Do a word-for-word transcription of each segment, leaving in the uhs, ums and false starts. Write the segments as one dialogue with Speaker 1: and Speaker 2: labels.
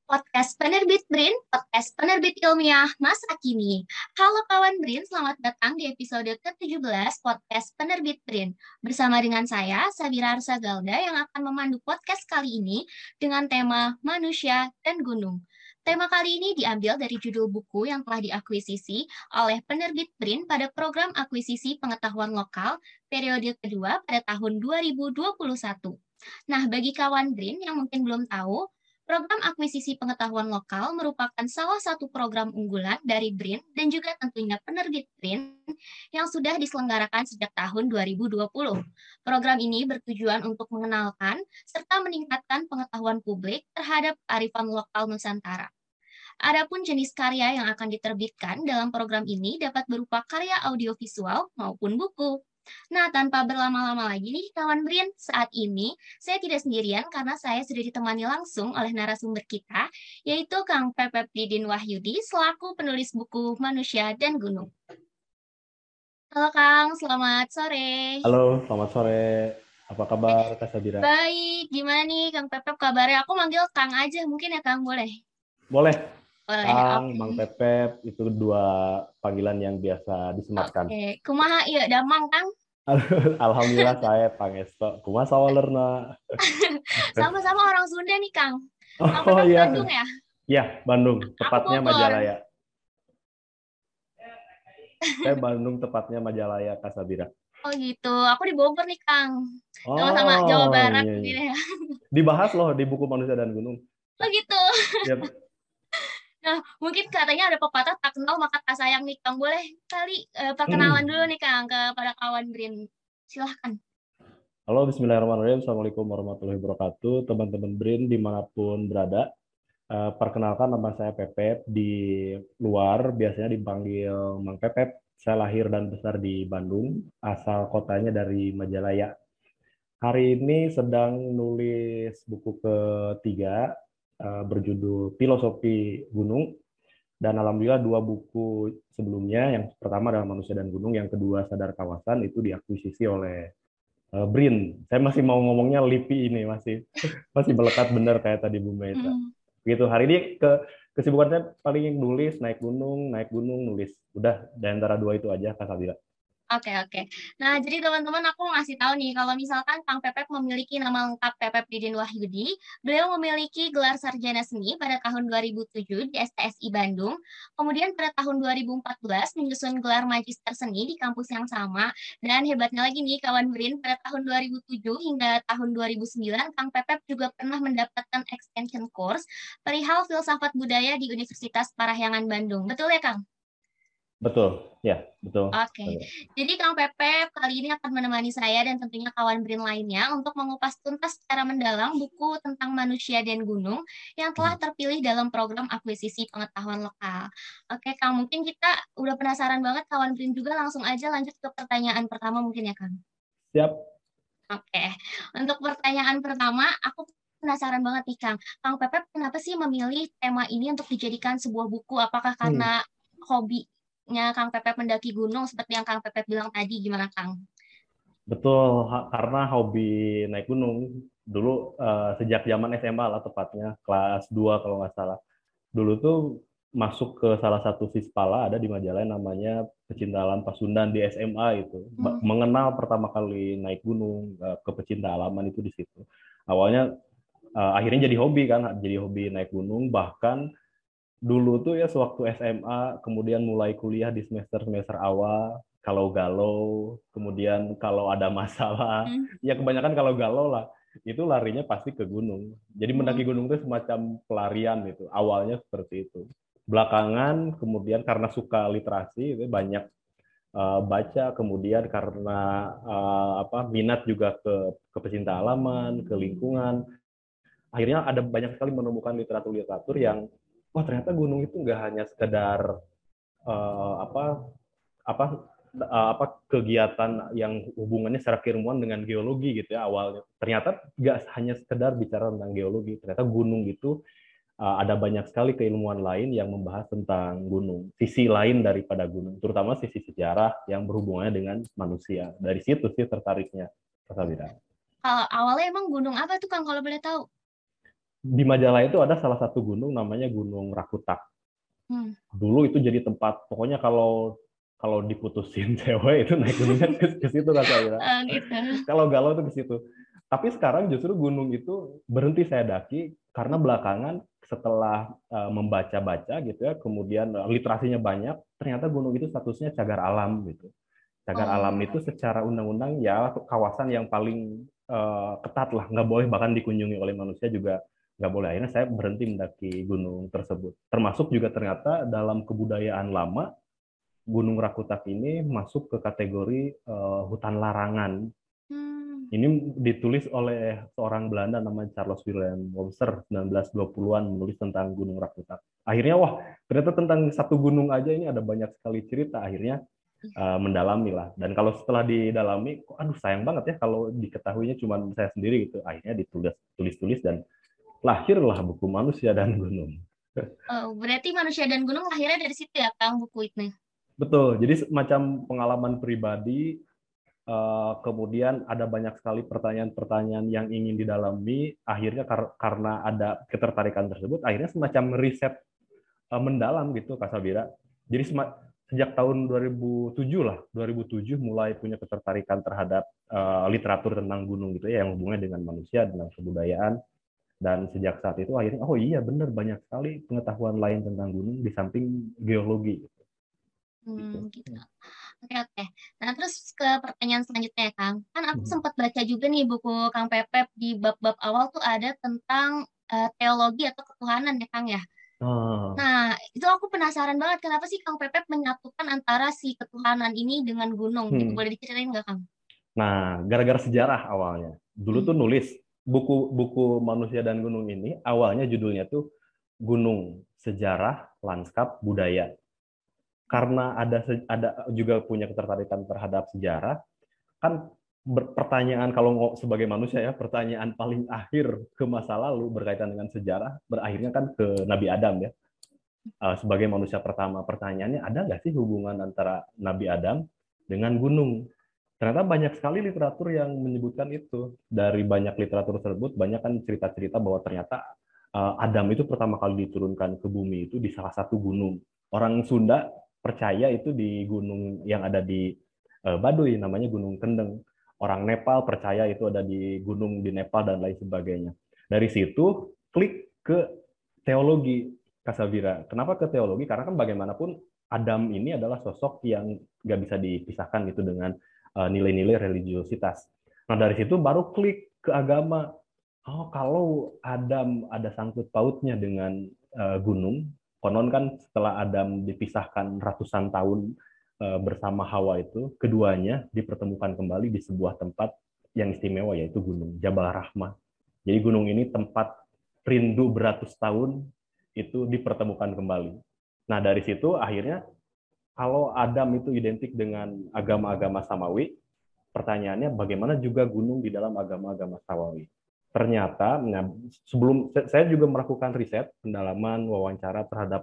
Speaker 1: Podcast Penerbit Brin, podcast penerbit ilmiah masa kini. Halo kawan Brin, selamat datang di episode ke tujuh belas podcast Penerbit Brin. Bersama dengan saya, Sabira Arsa Galda, yang akan memandu podcast kali ini dengan tema Manusia dan Gunung. Tema kali ini diambil dari judul buku yang telah diakuisisi oleh Penerbit Brin pada program akuisisi pengetahuan lokal periode kedua pada tahun dua ribu dua puluh satu. Nah, bagi kawan Brin yang mungkin belum tahu, program akuisisi pengetahuan lokal merupakan salah satu program unggulan dari BRIN dan juga tentunya penerbit BRIN yang sudah diselenggarakan sejak tahun dua ribu dua puluh. Program ini bertujuan untuk mengenalkan serta meningkatkan pengetahuan publik terhadap kearifan lokal Nusantara. Adapun jenis karya yang akan diterbitkan dalam program ini dapat berupa karya audiovisual maupun buku. Nah, tanpa berlama-lama lagi nih, kawan Brin, saat ini saya tidak sendirian karena saya sudah ditemani langsung oleh narasumber kita, yaitu Kang Pepep Didin Wahyudi, selaku penulis buku Manusia dan Gunung. Halo Kang, selamat sore.
Speaker 2: Halo, selamat sore. Apa
Speaker 1: Eh,
Speaker 2: kabar, Kak Sabira?
Speaker 1: baik, gimana nih Kang Pepep kabarnya? Aku manggil Kang aja, mungkin ya Kang, boleh?
Speaker 2: Boleh,
Speaker 1: Boleh,
Speaker 2: Kang,
Speaker 1: oke.
Speaker 2: Mang Pepep, itu dua panggilan yang biasa disematkan.
Speaker 1: Oke, kumaha iya damang Kang?
Speaker 2: Alhamdulillah saya Pangesto. Kumaha sawalerna?
Speaker 1: Sama-sama orang Sunda nih Kang. Kang
Speaker 2: Oh
Speaker 1: Pepep
Speaker 2: iya,
Speaker 1: Bandung ya?
Speaker 2: ya Bandung,
Speaker 1: Aku
Speaker 2: tepatnya
Speaker 1: Bogor.
Speaker 2: Majalaya. Saya Bandung, tepatnya Majalaya, Kak Sabira.
Speaker 1: Oh gitu, aku di Bogor nih Kang. Sama-sama Jawa
Speaker 2: Oh
Speaker 1: Barat
Speaker 2: iya, iya.
Speaker 1: mungkin ya.
Speaker 2: Dibahas loh di buku Manusia dan Gunung.
Speaker 1: Oh gitu.
Speaker 2: Ya,
Speaker 1: Nah, mungkin katanya ada pepatah tak kenal maka tak sayang nih Kang. Boleh kali eh, perkenalan dulu nih Kang kepada kawan Brin. Silahkan.
Speaker 2: Halo, Bismillahirrahmanirrahim. Assalamualaikum warahmatullahi wabarakatuh. Teman-teman BRIN dimanapun berada. Eh, perkenalkan nama saya Pepep, di luar biasanya dipanggil Mang Pepep. Saya lahir dan besar di Bandung, asal kotanya dari Majalaya. Hari ini sedang nulis buku ketiga eh, berjudul Filosofi Gunung, dan alhamdulillah dua buku sebelumnya, yang pertama adalah Manusia dan Gunung, yang kedua Sadar Kawasan, itu diakuisisi oleh eh, BRIN. Saya masih mau ngomongnya LIPI ini, masih masih melekat benar kayak tadi Bu Meta.
Speaker 1: Mm.
Speaker 2: Gitu, hari ini ke kesibukan saya paling nulis, naik gunung, naik gunung, nulis. Udah, di antara dua itu aja, Kak Sabila.
Speaker 1: Oke, oke. Nah, jadi teman-teman aku ngasih tahu nih, kalau misalkan Kang Pepep memiliki nama lengkap Pepep Didin Wahyudi, beliau memiliki gelar sarjana seni pada tahun dua ribu tujuh di S T S I Bandung, kemudian pada tahun dua ribu empat belas menyusun gelar magister seni di kampus yang sama, dan hebatnya lagi nih kawan Brin, pada tahun dua ribu tujuh hingga tahun dua ribu sembilan, Kang Pepep juga pernah mendapatkan extension course perihal filsafat budaya di Universitas Parahyangan Bandung. Betul ya, Kang?
Speaker 2: Betul, ya, betul.
Speaker 1: Oke, jadi Kang Pepep kali ini akan menemani saya dan tentunya kawan Brin lainnya untuk mengupas tuntas secara mendalam buku tentang manusia dan gunung yang telah terpilih dalam program akuisisi pengetahuan lokal. Oke, Kang, mungkin kita udah penasaran banget kawan Brin juga, langsung aja lanjut ke pertanyaan pertama mungkin ya, Kang.
Speaker 2: Siap.
Speaker 1: Oke, untuk pertanyaan pertama, aku penasaran banget nih, Kang. Kang Pepep, kenapa sih memilih tema ini untuk dijadikan sebuah buku? Apakah
Speaker 2: Hmm,
Speaker 1: karena hobinya Kang Pepep mendaki gunung seperti yang Kang Pepep bilang tadi? Gimana, Kang?
Speaker 2: betul, ha- karena hobi naik gunung. Dulu eh, sejak zaman S M A lah, tepatnya kelas dua kalau nggak salah. Dulu tuh masuk ke salah satu Sispala ada di Majalaya, namanya Pecinta Alam Pasundan, di S M A itu. Ba-
Speaker 1: Hmm.
Speaker 2: Mengenal pertama kali naik gunung eh, ke pecinta alaman itu di situ. Awalnya eh, akhirnya jadi hobi kan, jadi hobi naik gunung. Bahkan dulu tuh ya sewaktu S M A, kemudian mulai kuliah di semester-semester awal, kalau galau, kemudian kalau ada masalah,
Speaker 1: Hmm.
Speaker 2: ya kebanyakan kalau galau lah, itu larinya pasti ke gunung. Jadi
Speaker 1: Hmm.
Speaker 2: mendaki gunung itu semacam pelarian gitu. Awalnya seperti itu. Belakangan kemudian karena suka literasi, itu banyak eh, baca, kemudian karena eh, apa minat juga ke ke pecinta alaman, ke lingkungan, akhirnya ada banyak sekali menemukan literatur-literatur yang wah ternyata gunung itu nggak hanya sekedar uh, apa apa uh, apa kegiatan yang hubungannya secara keilmuan dengan geologi gitu ya awalnya. Ternyata nggak hanya sekedar bicara tentang geologi, ternyata gunung itu uh, ada banyak sekali keilmuan lain yang membahas tentang gunung, sisi lain daripada gunung, terutama sisi sejarah yang berhubungannya dengan manusia. Dari situ sih tertariknya, Kak Sabira.
Speaker 1: Kalau awalnya emang gunung apa tuh, Kang, kalau boleh tahu?
Speaker 2: di Majalah itu ada salah satu gunung namanya Gunung Rakutak.
Speaker 1: Hmm.
Speaker 2: Dulu itu jadi tempat, pokoknya kalau kalau diputusin cewek itu naik gunungnya ke, ke situ Kak Sabira.
Speaker 1: Uh, gitu.
Speaker 2: Kalau galau tuh ke situ. Tapi sekarang justru gunung itu berhenti saya daki karena belakangan setelah uh, membaca-baca gitu ya, kemudian uh, literasinya banyak, ternyata gunung itu statusnya cagar alam gitu. Cagar alam
Speaker 1: Oh.
Speaker 2: itu secara undang-undang ya kawasan yang paling uh, ketat lah, nggak boleh bahkan dikunjungi oleh manusia juga nggak boleh. Akhirnya saya berhenti mendaki gunung tersebut. Termasuk juga ternyata dalam kebudayaan lama, Gunung Rakutak ini masuk ke kategori uh, hutan larangan.
Speaker 1: Hmm.
Speaker 2: Ini ditulis oleh seorang Belanda namanya Charles William Webster sembilan belas dua puluhan menulis tentang Gunung Rakutak. Akhirnya wah, ternyata tentang satu gunung aja ini ada banyak sekali cerita. Akhirnya uh, mendalami lah. Dan kalau setelah didalami, kok aduh sayang banget ya kalau diketahuinya cuma saya sendiri gitu. Akhirnya ditulis tulis-tulis dan lahirlah buku Manusia dan Gunung.
Speaker 1: Oh, berarti Manusia dan Gunung lahirnya dari situ ya, Kang, buku itu.
Speaker 2: Betul. Jadi semacam pengalaman pribadi. Uh, kemudian ada banyak sekali pertanyaan-pertanyaan yang ingin didalami. Akhirnya kar karena ada ketertarikan tersebut, akhirnya semacam riset uh, mendalam gitu, Kak Sabira. Jadi sejak tahun dua ribu tujuh lah, dua ribu tujuh mulai punya ketertarikan terhadap uh, literatur tentang gunung gitu ya, yang hubungannya dengan manusia, dengan kebudayaan. Dan sejak saat itu akhirnya, oh iya benar banyak sekali pengetahuan lain tentang gunung di samping geologi. Gitu.
Speaker 1: Hmm, gitu. Oke, oke. Nah, terus ke pertanyaan selanjutnya ya, Kang. Kan aku
Speaker 2: Hmm.
Speaker 1: sempat baca juga nih buku Kang Pepep di bab-bab awal tuh ada tentang uh, teologi atau ketuhanan ya, Kang ya.
Speaker 2: Oh.
Speaker 1: Nah, itu aku penasaran banget kenapa sih Kang Pepep menyatukan antara si ketuhanan ini dengan gunung gitu.
Speaker 2: Hmm.
Speaker 1: Boleh diceritain nggak, Kang?
Speaker 2: Nah, gara-gara sejarah awalnya. Dulu
Speaker 1: Hmm.
Speaker 2: tuh nulis buku-buku Manusia dan Gunung ini, awalnya judulnya tuh Gunung, Sejarah, Lanskap, Budaya. Karena ada ada juga punya ketertarikan terhadap sejarah, kan pertanyaan kalau sebagai manusia ya, pertanyaan paling akhir ke masa lalu berkaitan dengan sejarah, berakhirnya kan ke Nabi Adam ya. Sebagai manusia pertama, pertanyaannya ada nggak sih hubungan antara Nabi Adam dengan gunung? Ternyata banyak sekali literatur yang menyebutkan itu. Dari banyak literatur tersebut, banyak kan cerita-cerita bahwa ternyata Adam itu pertama kali diturunkan ke bumi itu di salah satu gunung. Orang Sunda percaya itu di gunung yang ada di Baduy, namanya Gunung Kendeng. Orang Nepal percaya itu ada di gunung di Nepal dan lain sebagainya. Dari situ, klik ke teologi, Kasabira. Kenapa ke teologi? Karena kan bagaimanapun Adam ini adalah sosok yang nggak bisa dipisahkan gitu dengan nilai-nilai religiositas. Nah dari situ baru klik ke agama. Oh kalau Adam ada sangkut pautnya dengan uh, gunung, konon kan setelah Adam dipisahkan ratusan tahun uh, bersama Hawa itu, keduanya dipertemukan kembali di sebuah tempat yang istimewa yaitu Gunung Jabal Rahmah. Jadi gunung ini tempat rindu beratus tahun itu dipertemukan kembali. Nah dari situ akhirnya kalau Adam itu identik dengan agama-agama Samawi, pertanyaannya bagaimana juga gunung di dalam agama-agama Samawi. Ternyata, nah, sebelum saya juga melakukan riset, pendalaman, wawancara terhadap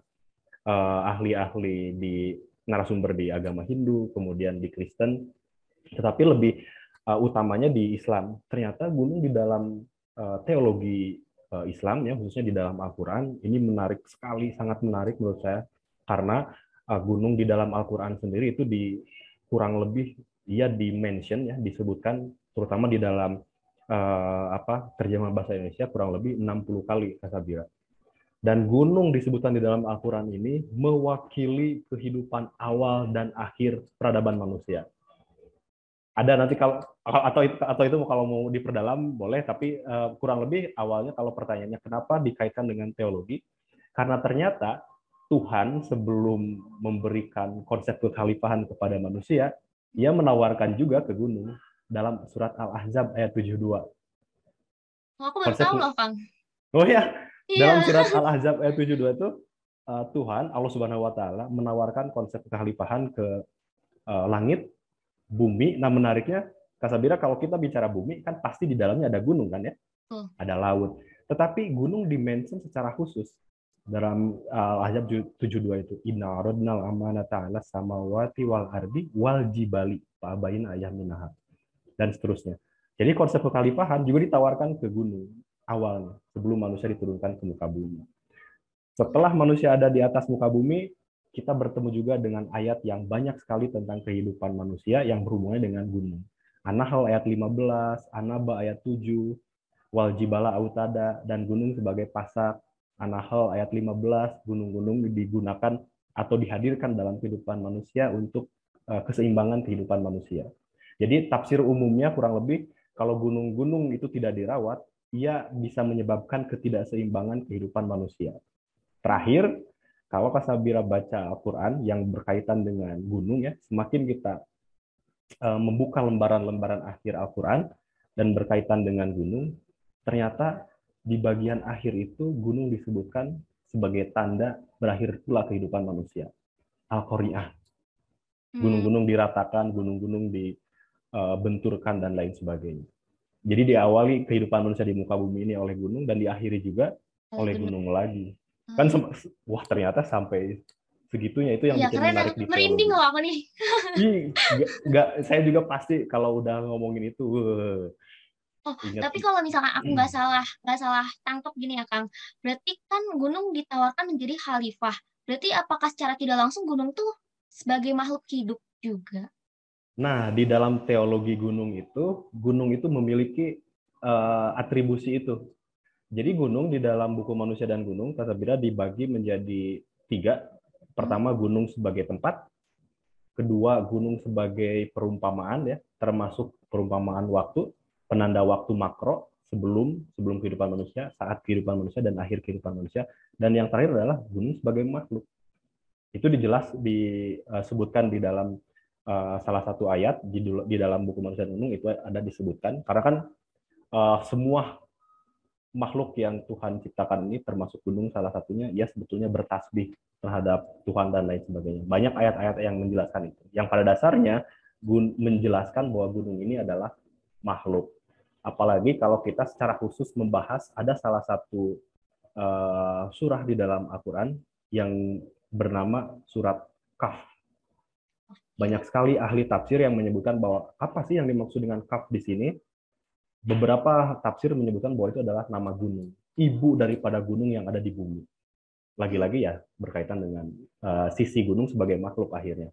Speaker 2: uh, ahli-ahli di narasumber di agama Hindu, kemudian di Kristen, tetapi lebih uh, utamanya di Islam. Ternyata gunung di dalam uh, teologi uh, Islam, ya khususnya di dalam Al-Quran, ini menarik sekali, sangat menarik menurut saya, karena uh, gunung di dalam Al-Quran sendiri itu di kurang lebih ia di-mention ya, disebutkan terutama di dalam uh, apa terjemah bahasa Indonesia kurang lebih enam puluh kali Kasabira. Dan gunung disebutkan di dalam Al-Quran ini mewakili kehidupan awal dan akhir peradaban manusia. Ada nanti kalau atau itu, atau itu kalau mau diperdalam boleh, tapi uh, kurang lebih awalnya kalau pertanyaannya kenapa dikaitkan dengan teologi, karena ternyata Tuhan sebelum memberikan konsep kekhalifahan kepada manusia, ia menawarkan juga ke gunung dalam surat Al-Ahzab ayat tujuh puluh dua.
Speaker 1: Oh, aku baru
Speaker 2: Konsep
Speaker 1: tahu loh, Kang.
Speaker 2: Oh ya,
Speaker 1: Iya.
Speaker 2: dalam surat Al-Ahzab ayat tujuh puluh dua itu uh, Tuhan Allah Subhanahu wa taala menawarkan konsep kekhalifahan ke uh, langit, bumi. Nah, menariknya Kasabira kalau kita bicara bumi kan pasti di dalamnya ada gunung kan ya?
Speaker 1: Oh.
Speaker 2: Ada laut. Tetapi gunung dimention secara khusus dalam Al-Ahzab tujuh puluh dua itu inna aradnal amanata 'alas samawati wal ardi wal jibali fa'abaina ayyaminaha dan seterusnya. Jadi konsep kekhalifahan juga ditawarkan ke gunung. awalnya, sebelum manusia diturunkan ke muka bumi. Setelah manusia ada di atas muka bumi, kita bertemu juga dengan ayat yang banyak sekali tentang kehidupan manusia yang berhubungan dengan gunung. An-Nahl ayat lima belas, An-Naba ayat tujuh, Wal Jibala Autada, dan gunung sebagai pasak. An-Nahl ayat lima belas, gunung-gunung digunakan atau dihadirkan dalam kehidupan manusia untuk uh, keseimbangan kehidupan manusia. Jadi tafsir umumnya kurang lebih, kalau gunung-gunung itu tidak dirawat, ia bisa menyebabkan ketidakseimbangan kehidupan manusia. Terakhir, kalau Kak Sabira baca Al-Quran yang berkaitan dengan gunung, ya, semakin kita uh, membuka lembaran-lembaran akhir Al-Quran dan berkaitan dengan gunung, ternyata di bagian akhir itu gunung disebutkan sebagai tanda berakhir pula kehidupan manusia. Al-Qari'ah. Gunung-gunung diratakan, gunung-gunung dibenturkan, dan lain sebagainya. Jadi diawali kehidupan manusia di muka bumi ini oleh gunung, dan diakhiri juga oleh gunung lagi. Kan wah, ternyata sampai segitunya, itu yang
Speaker 1: ya,
Speaker 2: bikin
Speaker 1: keren,
Speaker 2: menarik di teologi.
Speaker 1: Merinding loh aku nih.
Speaker 2: Ih, nggak, saya juga pasti kalau udah ngomongin itu.
Speaker 1: Oh,
Speaker 2: ingat.
Speaker 1: tapi kalau misalkan aku nggak salah nggak salah tangkap gini ya, Kang. Berarti kan gunung ditawarkan menjadi khalifah. Berarti apakah secara tidak langsung gunung tuh sebagai makhluk hidup juga?
Speaker 2: Nah, di dalam teologi gunung itu, gunung itu memiliki uh, atribusi itu. Jadi gunung di dalam buku Manusia dan Gunung, Kak Sabira, dibagi menjadi tiga. Pertama, gunung sebagai tempat. Kedua, gunung sebagai perumpamaan, ya, termasuk perumpamaan waktu, penanda waktu makro sebelum sebelum kehidupan manusia, saat kehidupan manusia, dan akhir kehidupan manusia. Dan yang terakhir adalah gunung sebagai makhluk. Itu dijelas disebutkan di dalam uh, salah satu ayat di, di dalam buku Manusia dan Gunung, itu ada disebutkan. Karena kan uh, semua makhluk yang Tuhan ciptakan ini, termasuk gunung salah satunya, ia sebetulnya bertasbih terhadap Tuhan dan lain sebagainya. Banyak ayat-ayat yang menjelaskan itu. Yang pada dasarnya gun menjelaskan bahwa gunung ini adalah makhluk. Apalagi kalau kita secara khusus membahas, ada salah satu uh, surah di dalam Al-Quran yang bernama surat Kahf. Banyak sekali ahli tafsir yang menyebutkan bahwa apa sih yang dimaksud dengan Kahf di sini. Beberapa tafsir menyebutkan bahwa itu adalah nama gunung, ibu daripada gunung yang ada di bumi. Lagi-lagi ya berkaitan dengan uh, sisi gunung sebagai makhluk akhirnya.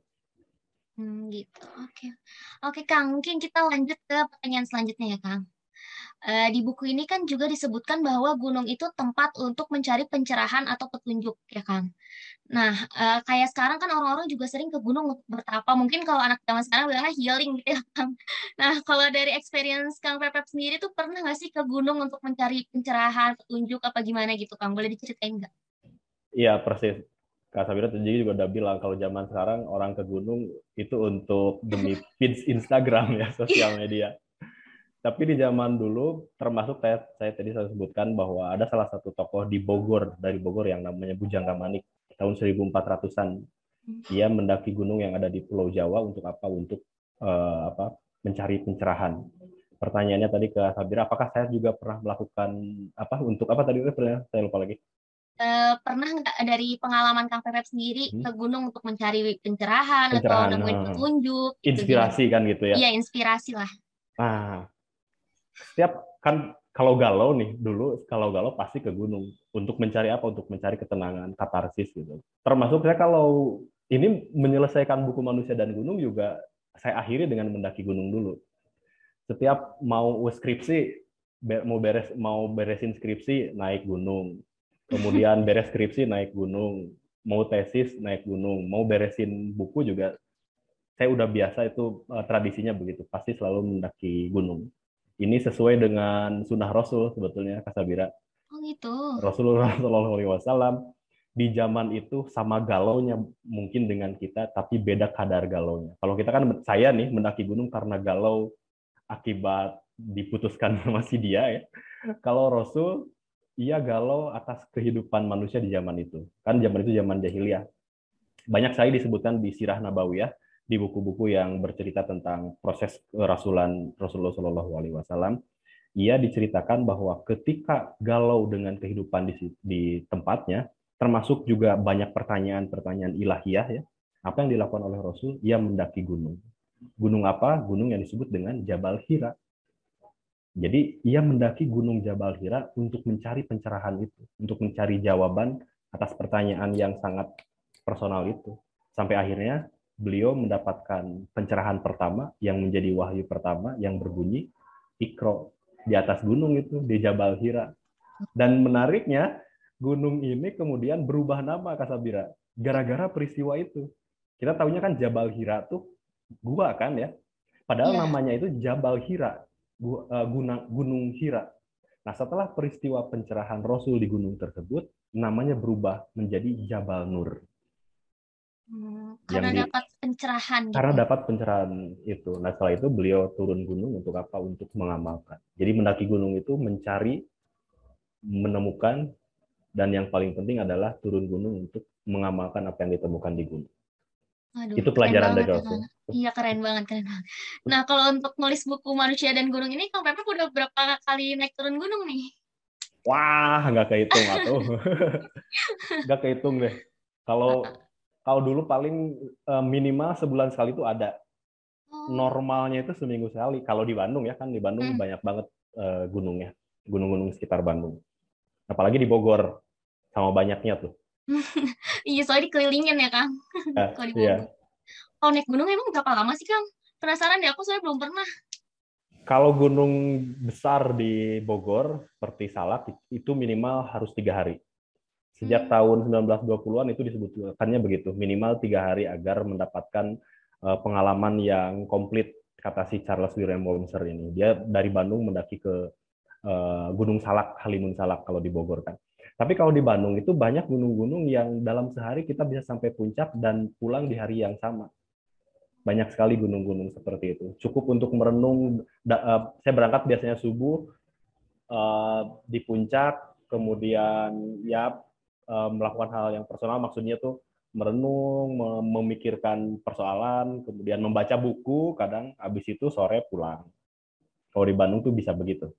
Speaker 1: Hmm, gitu. Oke, oke Kang. Mungkin kita lanjut ke pertanyaan selanjutnya ya, Kang. Uh, di buku ini kan juga disebutkan bahwa gunung itu tempat untuk mencari pencerahan atau petunjuk, ya Kang. Nah, uh, kayak sekarang kan orang-orang juga sering ke gunung untuk bertapa. Mungkin kalau anak zaman sekarang bilangnya healing gitu ya, Kang. Nah, kalau dari experience Kang Pepep sendiri tuh pernah nggak sih ke gunung untuk mencari pencerahan, petunjuk, apa gimana gitu, Kang? Boleh diceritain nggak?
Speaker 2: Iya, persis. Kak Sabira tadi juga udah bilang kalau zaman sekarang orang ke gunung itu untuk demi feeds Instagram, ya, sosial media. Tapi di zaman dulu, termasuk saya, saya tadi saya sebutkan bahwa ada salah satu tokoh di Bogor, dari Bogor, yang namanya Bujangga Manik, tahun seribu empat ratusan. Ia mendaki gunung yang ada di Pulau Jawa untuk apa? Untuk uh, apa? Mencari pencerahan. Pertanyaannya tadi ke Sabira, apakah saya juga pernah melakukan apa? Untuk apa tadi? Saya lupa lagi.
Speaker 1: Uh, pernah nggak dari pengalaman Kang Pepep sendiri hmm? ke gunung untuk mencari pencerahan, pencerahan atau nemuin petunjuk?
Speaker 2: Inspirasi gitu, kan gitu ya?
Speaker 1: Iya, inspirasi lah.
Speaker 2: Nah, setiap kan kalau galau nih, dulu kalau galau pasti ke gunung untuk mencari apa? Untuk mencari ketenangan, katarsis gitu. Termasuk saya kalau ini menyelesaikan buku Manusia dan Gunung juga saya akhiri dengan mendaki gunung dulu. Setiap mau skripsi, mau beres mau beresin skripsi naik gunung. Kemudian beres skripsi naik gunung, mau tesis naik gunung, mau beresin buku juga saya udah biasa itu uh, tradisinya begitu, pasti selalu mendaki gunung. Ini sesuai dengan sunnah Rasul sebetulnya, Kak Sabira.
Speaker 1: Oh gitu.
Speaker 2: Rasulullah Shallallahu Alaihi Wasallam di zaman itu sama galaunya mungkin dengan kita, tapi beda kadar galaunya. Kalau kita kan, saya nih mendaki gunung karena galau akibat diputuskan sama si dia, ya. Kalau Rasul, ia galau atas kehidupan manusia di zaman itu. Kan zaman itu zaman jahiliyah. Banyak sekali disebutkan di Sirah Nabawiyah, di buku-buku yang bercerita tentang proses kerasulan Rasulullah Shallallahu Alaihi Wasallam. Ia diceritakan bahwa ketika galau dengan kehidupan di, di tempatnya, termasuk juga banyak pertanyaan-pertanyaan ilahiyah, ya. Apa yang dilakukan oleh Rasul? Ia mendaki gunung. Gunung apa? Gunung yang disebut dengan Jabal Hira. Jadi ia mendaki Gunung Jabal Hira untuk mencari pencerahan itu, untuk mencari jawaban atas pertanyaan yang sangat personal itu. Sampai akhirnya beliau mendapatkan pencerahan pertama yang menjadi wahyu pertama yang berbunyi Iqra di atas gunung itu di Jabal Hira. Dan menariknya gunung ini kemudian berubah nama, Kak Sabira, gara-gara peristiwa itu. Kita tahunya kan Jabal Hira tuh gua kan ya. Padahal
Speaker 1: Iya.
Speaker 2: namanya itu Jabal Hira, gunung, gunung Hira. Nah, setelah peristiwa pencerahan Rasul di gunung tersebut, namanya berubah menjadi Jabal Nur.
Speaker 1: Hmm,
Speaker 2: Yang
Speaker 1: karena
Speaker 2: di
Speaker 1: dapat pencerahan
Speaker 2: karena
Speaker 1: gitu.
Speaker 2: dapat pencerahan itu. Nah, setelah itu beliau turun gunung untuk apa? Untuk mengamalkan. Jadi mendaki gunung itu mencari, menemukan, dan yang paling penting adalah turun gunung untuk mengamalkan apa yang ditemukan di gunung.
Speaker 1: Aduh,
Speaker 2: Itu
Speaker 1: keren
Speaker 2: pelajaran
Speaker 1: banget
Speaker 2: dari
Speaker 1: ya Kang.
Speaker 2: Rasul.
Speaker 1: Iya, keren banget, keren banget. Nah, kalau untuk nulis buku Manusia dan Gunung ini, Kang Pepe udah berapa kali naik turun gunung nih?
Speaker 2: Wah, nggak kehitung atuh. Nggak kehitung deh. Kalau kalau dulu paling eh, minimal sebulan sekali itu ada.
Speaker 1: Oh,
Speaker 2: Normalnya itu seminggu sekali. Kalau di Bandung ya kan, di Bandung
Speaker 1: hmm.
Speaker 2: banyak banget eh, gunungnya, gunung-gunung sekitar Bandung. Apalagi di Bogor, sama banyaknya tuh.
Speaker 1: Iya, soalnya dikelilingin ya, Kang.
Speaker 2: Ya,
Speaker 1: Kalau di Bogor.
Speaker 2: iya.
Speaker 1: Kalau naik gunung emang berapa lama sih, Kang? Penasaran deh, aku soalnya belum pernah.
Speaker 2: Kalau gunung besar di Bogor, seperti Salak, itu minimal harus tiga hari. Sejak
Speaker 1: Hmm.
Speaker 2: tahun sembilan belas dua puluhan itu disebutkannya begitu, minimal tiga hari agar mendapatkan uh, pengalaman yang komplit, kata si Charles William Womser ini. Dia dari Bandung mendaki ke uh, Gunung Salak, Halimun Salak kalau di Bogor kan. Tapi kalau di Bandung itu banyak gunung-gunung yang dalam sehari kita bisa sampai puncak dan pulang di hari yang sama. Banyak sekali gunung-gunung seperti itu. Cukup untuk merenung. Uh, saya berangkat biasanya subuh uh, di puncak, kemudian ya uh, melakukan hal yang personal, maksudnya tuh merenung, memikirkan persoalan, kemudian membaca buku, kadang habis itu sore pulang. Kalau di Bandung tuh bisa begitu.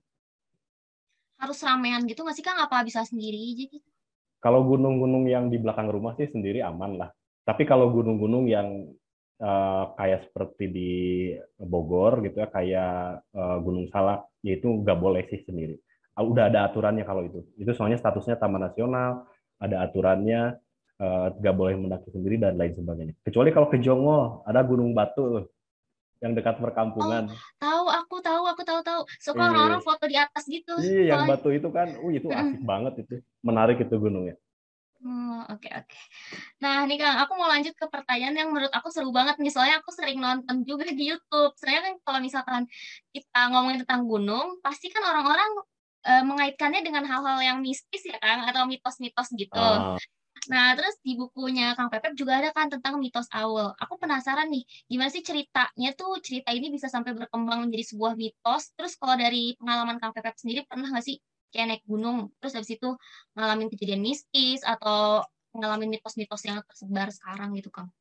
Speaker 1: Harus ramean gitu nggak sih, Kang? Apa bisa sendiri aja gitu?
Speaker 2: Kalau gunung-gunung yang di belakang rumah sih sendiri aman lah. Tapi kalau gunung-gunung yang uh, kayak seperti di Bogor gitu ya, kayak uh, Gunung Salak, ya itu nggak boleh sih sendiri. Uh, Udah ada aturannya kalau itu. Itu soalnya statusnya Taman Nasional, ada aturannya, uh, nggak boleh mendaki sendiri dan lain sebagainya. Kecuali kalau ke Jongo, ada Gunung Batu tuh, yang dekat
Speaker 1: Oh,
Speaker 2: perkampungan.
Speaker 1: tahu, aku tahu, aku tahu, tahu. Suka orang-orang
Speaker 2: Iya,
Speaker 1: foto di atas gitu.
Speaker 2: iya yang
Speaker 1: Soalnya.
Speaker 2: Batu itu kan, uh itu asik
Speaker 1: Mm-mm.
Speaker 2: banget itu, menarik itu gunungnya.
Speaker 1: Hmm, oke, oke. Nah, nih Kang, aku mau lanjut ke pertanyaan yang menurut aku seru banget nih, soalnya aku sering nonton juga di YouTube. Soalnya kan kalau misalkan kita ngomongin tentang gunung, pasti kan orang-orang eh, mengaitkannya dengan hal-hal yang mistis ya Kang, atau mitos-mitos gitu.
Speaker 2: Ah,
Speaker 1: Nah, terus di bukunya Kang Pepep juga ada kan tentang mitos Owl. Aku penasaran nih, gimana sih ceritanya tuh, cerita ini bisa sampai berkembang menjadi sebuah mitos. Terus kalau dari pengalaman Kang Pepep sendiri, pernah nggak sih kayak naik gunung, terus habis itu ngalamin kejadian mistis, atau ngalamin mitos-mitos yang tersebar sekarang gitu, Kang?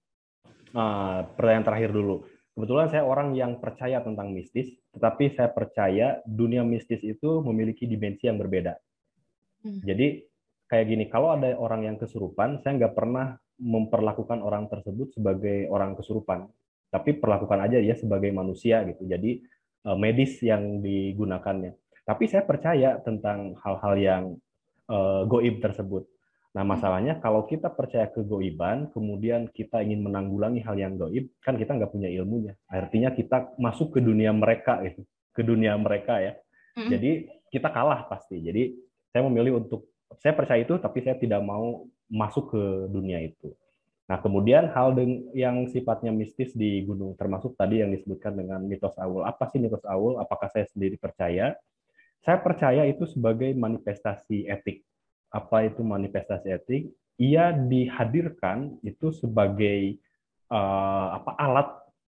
Speaker 2: ah, pertanyaan terakhir dulu. Kebetulan saya orang yang percaya tentang mistis, tetapi saya percaya dunia mistis itu memiliki dimensi yang berbeda.
Speaker 1: Hmm.
Speaker 2: Jadi kayak gini, kalau ada orang yang kesurupan, saya nggak pernah memperlakukan orang tersebut sebagai orang kesurupan, tapi perlakukan aja dia sebagai manusia gitu. Jadi eh, medis yang digunakannya. Tapi saya percaya tentang hal-hal yang eh, goib tersebut. Nah,
Speaker 1: Hmm.
Speaker 2: masalahnya kalau kita percaya kegoiban, kemudian kita ingin menanggulangi hal yang goib, kan kita nggak punya ilmunya. Artinya kita masuk ke dunia mereka, itu, ke dunia mereka ya.
Speaker 1: Hmm.
Speaker 2: Jadi kita kalah pasti. Jadi saya memilih untuk, saya percaya itu, tapi saya tidak mau masuk ke dunia itu. Nah, kemudian hal yang sifatnya mistis di gunung, termasuk tadi yang disebutkan dengan mitos Awul. Apa sih mitos Awul? Apakah saya sendiri percaya? Saya percaya itu sebagai manifestasi etik. Apa itu manifestasi etik? Ia dihadirkan itu sebagai uh, apa alat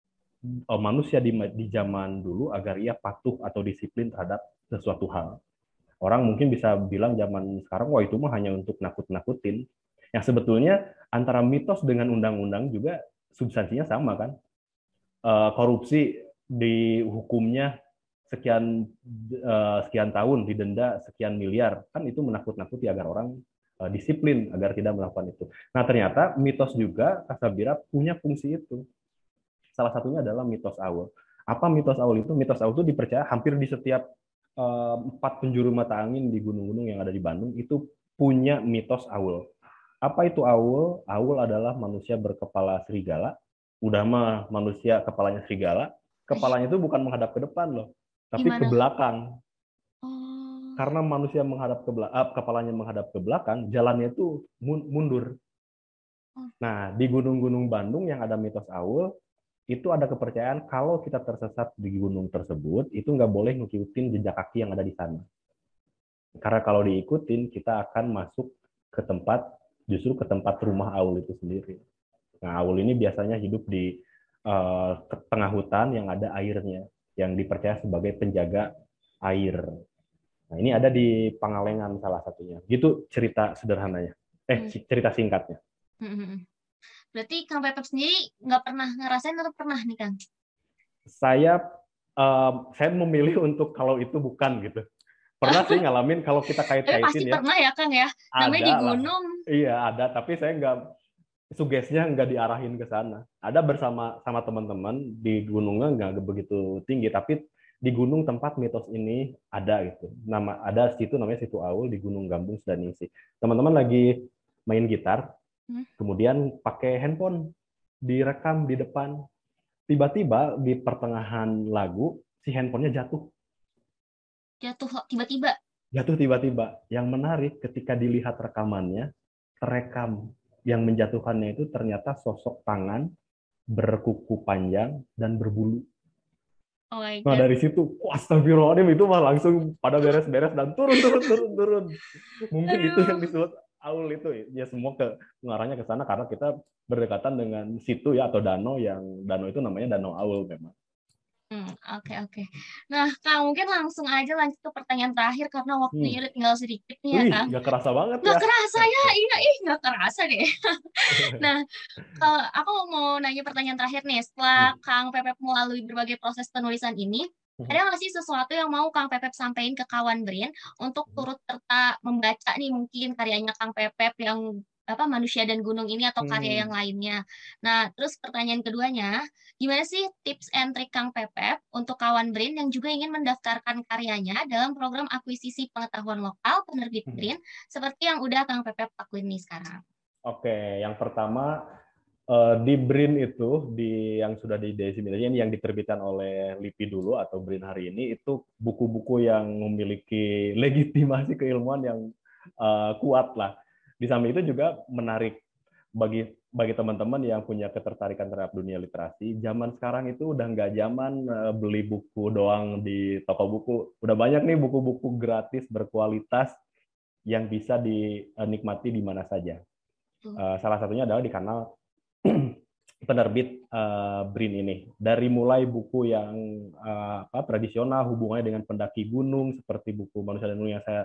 Speaker 2: uh, manusia di, di zaman dulu agar ia patuh atau disiplin terhadap sesuatu hal. Orang mungkin bisa bilang zaman sekarang, wah itu mah hanya untuk nakut-nakutin. Yang sebetulnya antara mitos dengan undang-undang juga substansinya sama kan. Uh, korupsi dihukumnya sekian uh, sekian tahun, didenda sekian miliar, kan itu menakut-nakuti agar orang uh, disiplin agar tidak melakukan itu. Nah ternyata mitos juga Kasabira punya fungsi itu. Salah satunya adalah mitos awal. Apa mitos awal itu? Mitos awal itu dipercaya hampir di setiap eh, empat penjuru mata angin di gunung-gunung yang ada di Bandung itu punya mitos Aul. Apa itu Aul? Aul adalah manusia berkepala serigala. Udah mah manusia kepalanya serigala,
Speaker 1: Ih,
Speaker 2: kepalanya itu bukan menghadap ke depan loh, tapi ke
Speaker 1: gimana?
Speaker 2: belakang.
Speaker 1: Oh,
Speaker 2: Karena manusia menghadap ke belakang, kepalanya menghadap ke belakang, jalannya itu mundur.
Speaker 1: oh,
Speaker 2: Nah, di gunung-gunung Bandung yang ada mitos Aul, itu ada kepercayaan kalau kita tersesat di gunung tersebut, itu nggak boleh ngikutin jejak kaki yang ada di sana. Karena kalau diikutin, kita akan masuk ke tempat, justru ke tempat rumah Aul itu sendiri. Nah, Aul ini biasanya hidup di uh, tengah hutan yang ada airnya, yang dipercaya sebagai penjaga air. Nah, ini ada di Pangalengan salah satunya. Gitu cerita sederhananya. Eh,
Speaker 1: hmm,
Speaker 2: cerita singkatnya.
Speaker 1: hmm, hmm, hmm. Berarti Kang Pepep sendiri nggak pernah ngerasain atau pernah nih Kang?
Speaker 2: Saya uh, saya memilih untuk kalau itu bukan gitu. Pernah sih ngalamin kalau kita
Speaker 1: Tapi pasti
Speaker 2: kait-kaitin ya,
Speaker 1: pernah ya Kang ya. Namanya
Speaker 2: ada
Speaker 1: di
Speaker 2: lah.
Speaker 1: gunung.
Speaker 2: Iya, ada, tapi saya nggak sugestinya nggak diarahin ke sana. Ada bersama sama teman-teman di gunungnya nggak begitu tinggi, tapi di gunung tempat mitos ini ada gitu. Nama ada situ namanya situ Aul di Gunung Gambung Sedanisi. Teman-teman lagi main gitar,
Speaker 1: Hmm,
Speaker 2: kemudian pakai handphone direkam di depan. Tiba-tiba di pertengahan lagu si handphonenya jatuh.
Speaker 1: jatuh tiba-tiba.
Speaker 2: Jatuh tiba-tiba. Yang menarik ketika dilihat rekamannya, terekam yang menjatuhkannya itu ternyata sosok tangan berkuku panjang dan berbulu.
Speaker 1: Oh my
Speaker 2: Nah
Speaker 1: God.
Speaker 2: dari situ, astagfirullahaladzim, itu mah langsung pada beres-beres dan turun, turun, turun, turun. Mungkin itu yang
Speaker 1: Aduh.
Speaker 2: disebut aul itu ya, semua ke mengarahnya ke sana karena kita berdekatan dengan situ ya atau danau yang danau itu namanya Danau Aul memang.
Speaker 1: Hmm, oke oke. Nah, Kang, mungkin langsung aja lanjut ke pertanyaan terakhir karena
Speaker 2: Hmm.
Speaker 1: waktunya udah tinggal sedikit nih ya,
Speaker 2: Wih,
Speaker 1: Kang.
Speaker 2: nggak kerasa banget
Speaker 1: Nggak
Speaker 2: ya.
Speaker 1: kerasa ya, iya, ih, nggak kerasa deh. Nah, kalau aku mau nanya pertanyaan terakhir nih, setelah
Speaker 2: Hmm.
Speaker 1: Kang Pepep melalui berbagai proses penulisan ini, ada nggak sih sesuatu yang mau Kang Pepep sampaikan ke kawan Brin untuk turut serta membaca nih mungkin karyanya Kang Pepep yang apa manusia dan gunung ini atau karya yang
Speaker 2: Hmm.
Speaker 1: lainnya. Nah, terus pertanyaan keduanya, gimana sih tips and trik Kang Pepep untuk kawan Brin yang juga ingin mendaftarkan karyanya dalam program akuisisi pengetahuan lokal penerbit
Speaker 2: Hmm.
Speaker 1: Brin seperti yang udah Kang Pepep lakuin nih sekarang?
Speaker 2: Oke, yang pertama eh, di BRIN itu di yang sudah didesiminasi yang diterbitkan oleh LIPI dulu atau BRIN hari ini itu buku-buku yang memiliki legitimasi keilmuan yang eh, kuat lah. Di samping itu juga menarik bagi bagi teman-teman yang punya ketertarikan terhadap dunia literasi. Zaman sekarang itu udah nggak zaman eh, beli buku doang di toko buku. Udah banyak nih buku-buku gratis berkualitas yang bisa dinikmati di mana saja.
Speaker 1: Tuh.
Speaker 2: Uh, salah satunya adalah di kanal penerbit uh, BRIN ini. Dari mulai buku yang uh, apa, tradisional hubungannya dengan pendaki gunung seperti buku Manusia dan Gunung yang saya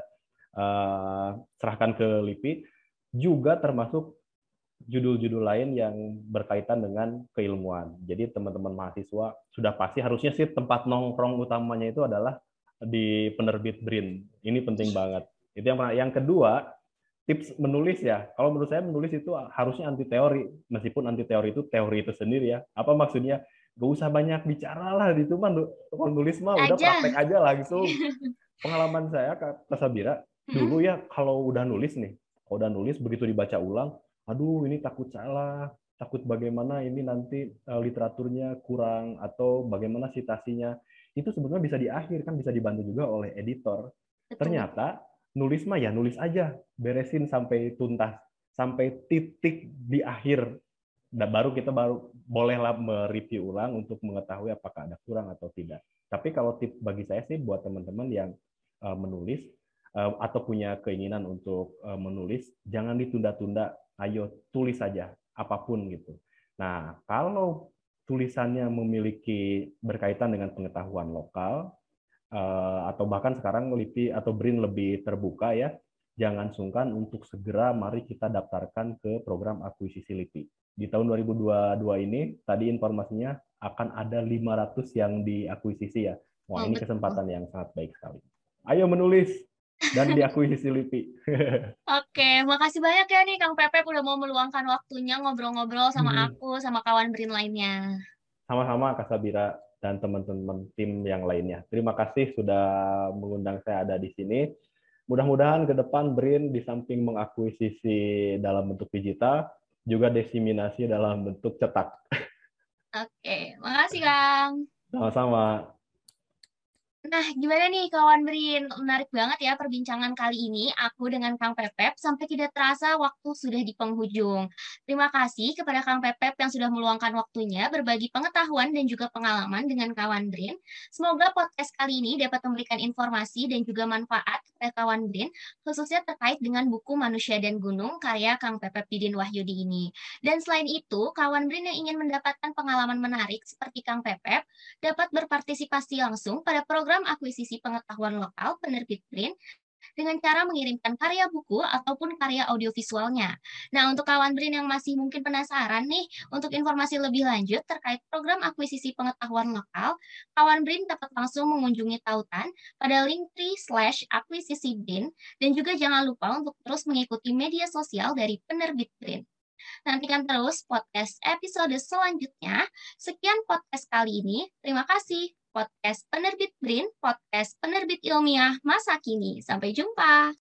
Speaker 2: uh, serahkan ke LIPI, juga termasuk judul-judul lain yang berkaitan dengan keilmuan. Jadi teman-teman mahasiswa sudah pasti harusnya sih tempat nongkrong utamanya itu adalah di penerbit BRIN. Ini penting banget. Itu yang yang kedua, tips menulis ya. Kalau menurut saya menulis itu harusnya anti teori, meskipun anti teori itu teori itu sendiri ya. Apa maksudnya? Gak usah banyak bicara lah, itu mah kalau nulis mah udah
Speaker 1: Aja.
Speaker 2: praktek aja langsung. Pengalaman saya Kak Sabira, dulu ya kalau udah nulis nih, kalau udah nulis begitu dibaca ulang, aduh ini takut salah, takut bagaimana ini nanti uh, literaturnya kurang atau bagaimana citasinya. Itu sebenarnya bisa di akhir kan, bisa dibantu juga oleh editor.
Speaker 1: Betul, betul.
Speaker 2: Ternyata nulis mah ya nulis aja, beresin sampai tuntas, sampai titik di akhir. Dan baru kita baru bolehlah mereview ulang untuk mengetahui apakah ada kurang atau tidak. Tapi kalau tips bagi saya sih buat teman-teman yang uh, menulis uh, atau punya keinginan untuk uh, menulis, jangan ditunda-tunda. Ayo tulis saja apapun gitu. Nah, kalau tulisannya memiliki berkaitan dengan pengetahuan lokal, uh, atau bahkan sekarang LIPI atau BRIN lebih terbuka ya, jangan sungkan untuk segera mari kita daftarkan ke program akuisisi LIPI. Di tahun dua ribu dua puluh dua ini, tadi informasinya akan ada lima ratus yang diakuisisi ya. Wah,
Speaker 1: Oh,
Speaker 2: ini
Speaker 1: betul.
Speaker 2: kesempatan yang sangat baik sekali. Ayo menulis dan diakuisisi LIPI.
Speaker 1: Oke, makasih banyak ya nih Kang Pepep udah mau meluangkan waktunya ngobrol-ngobrol sama aku, sama kawan Brin lainnya.
Speaker 2: Sama-sama Kak Sabira. dan teman-teman tim yang lainnya. Terima kasih sudah mengundang saya ada di sini. Mudah-mudahan ke depan BRIN di samping mengakuisisi dalam bentuk digital, juga diseminasi dalam bentuk cetak.
Speaker 1: Oke, makasih Kang.
Speaker 2: Sama-sama.
Speaker 1: Nah, gimana nih kawan Brin? Menarik banget ya perbincangan kali ini aku dengan Kang Pepep sampai tidak terasa waktu sudah di penghujung. Terima kasih kepada Kang Pepep yang sudah meluangkan waktunya berbagi pengetahuan dan juga pengalaman dengan kawan Brin. Semoga podcast kali ini dapat memberikan informasi dan juga manfaat kepada kawan Brin, khususnya terkait dengan buku Manusia dan Gunung karya Kang Pepep Didin Wahyudi ini. Dan selain itu, kawan Brin yang ingin mendapatkan pengalaman menarik seperti Kang Pepep dapat berpartisipasi langsung pada program akuisisi pengetahuan lokal penerbit BRIN dengan cara mengirimkan karya buku ataupun karya audiovisualnya. Nah, untuk kawan BRIN yang masih mungkin penasaran nih untuk informasi lebih lanjut terkait program akuisisi pengetahuan lokal, kawan BRIN dapat langsung mengunjungi tautan pada linktree slash akuisisi BRIN dan juga jangan lupa untuk terus mengikuti media sosial dari penerbit BRIN. Nantikan terus podcast episode selanjutnya. Sekian podcast kali ini. Terima kasih. Podcast Penerbit BRIN, podcast penerbit ilmiah masa kini. Sampai jumpa.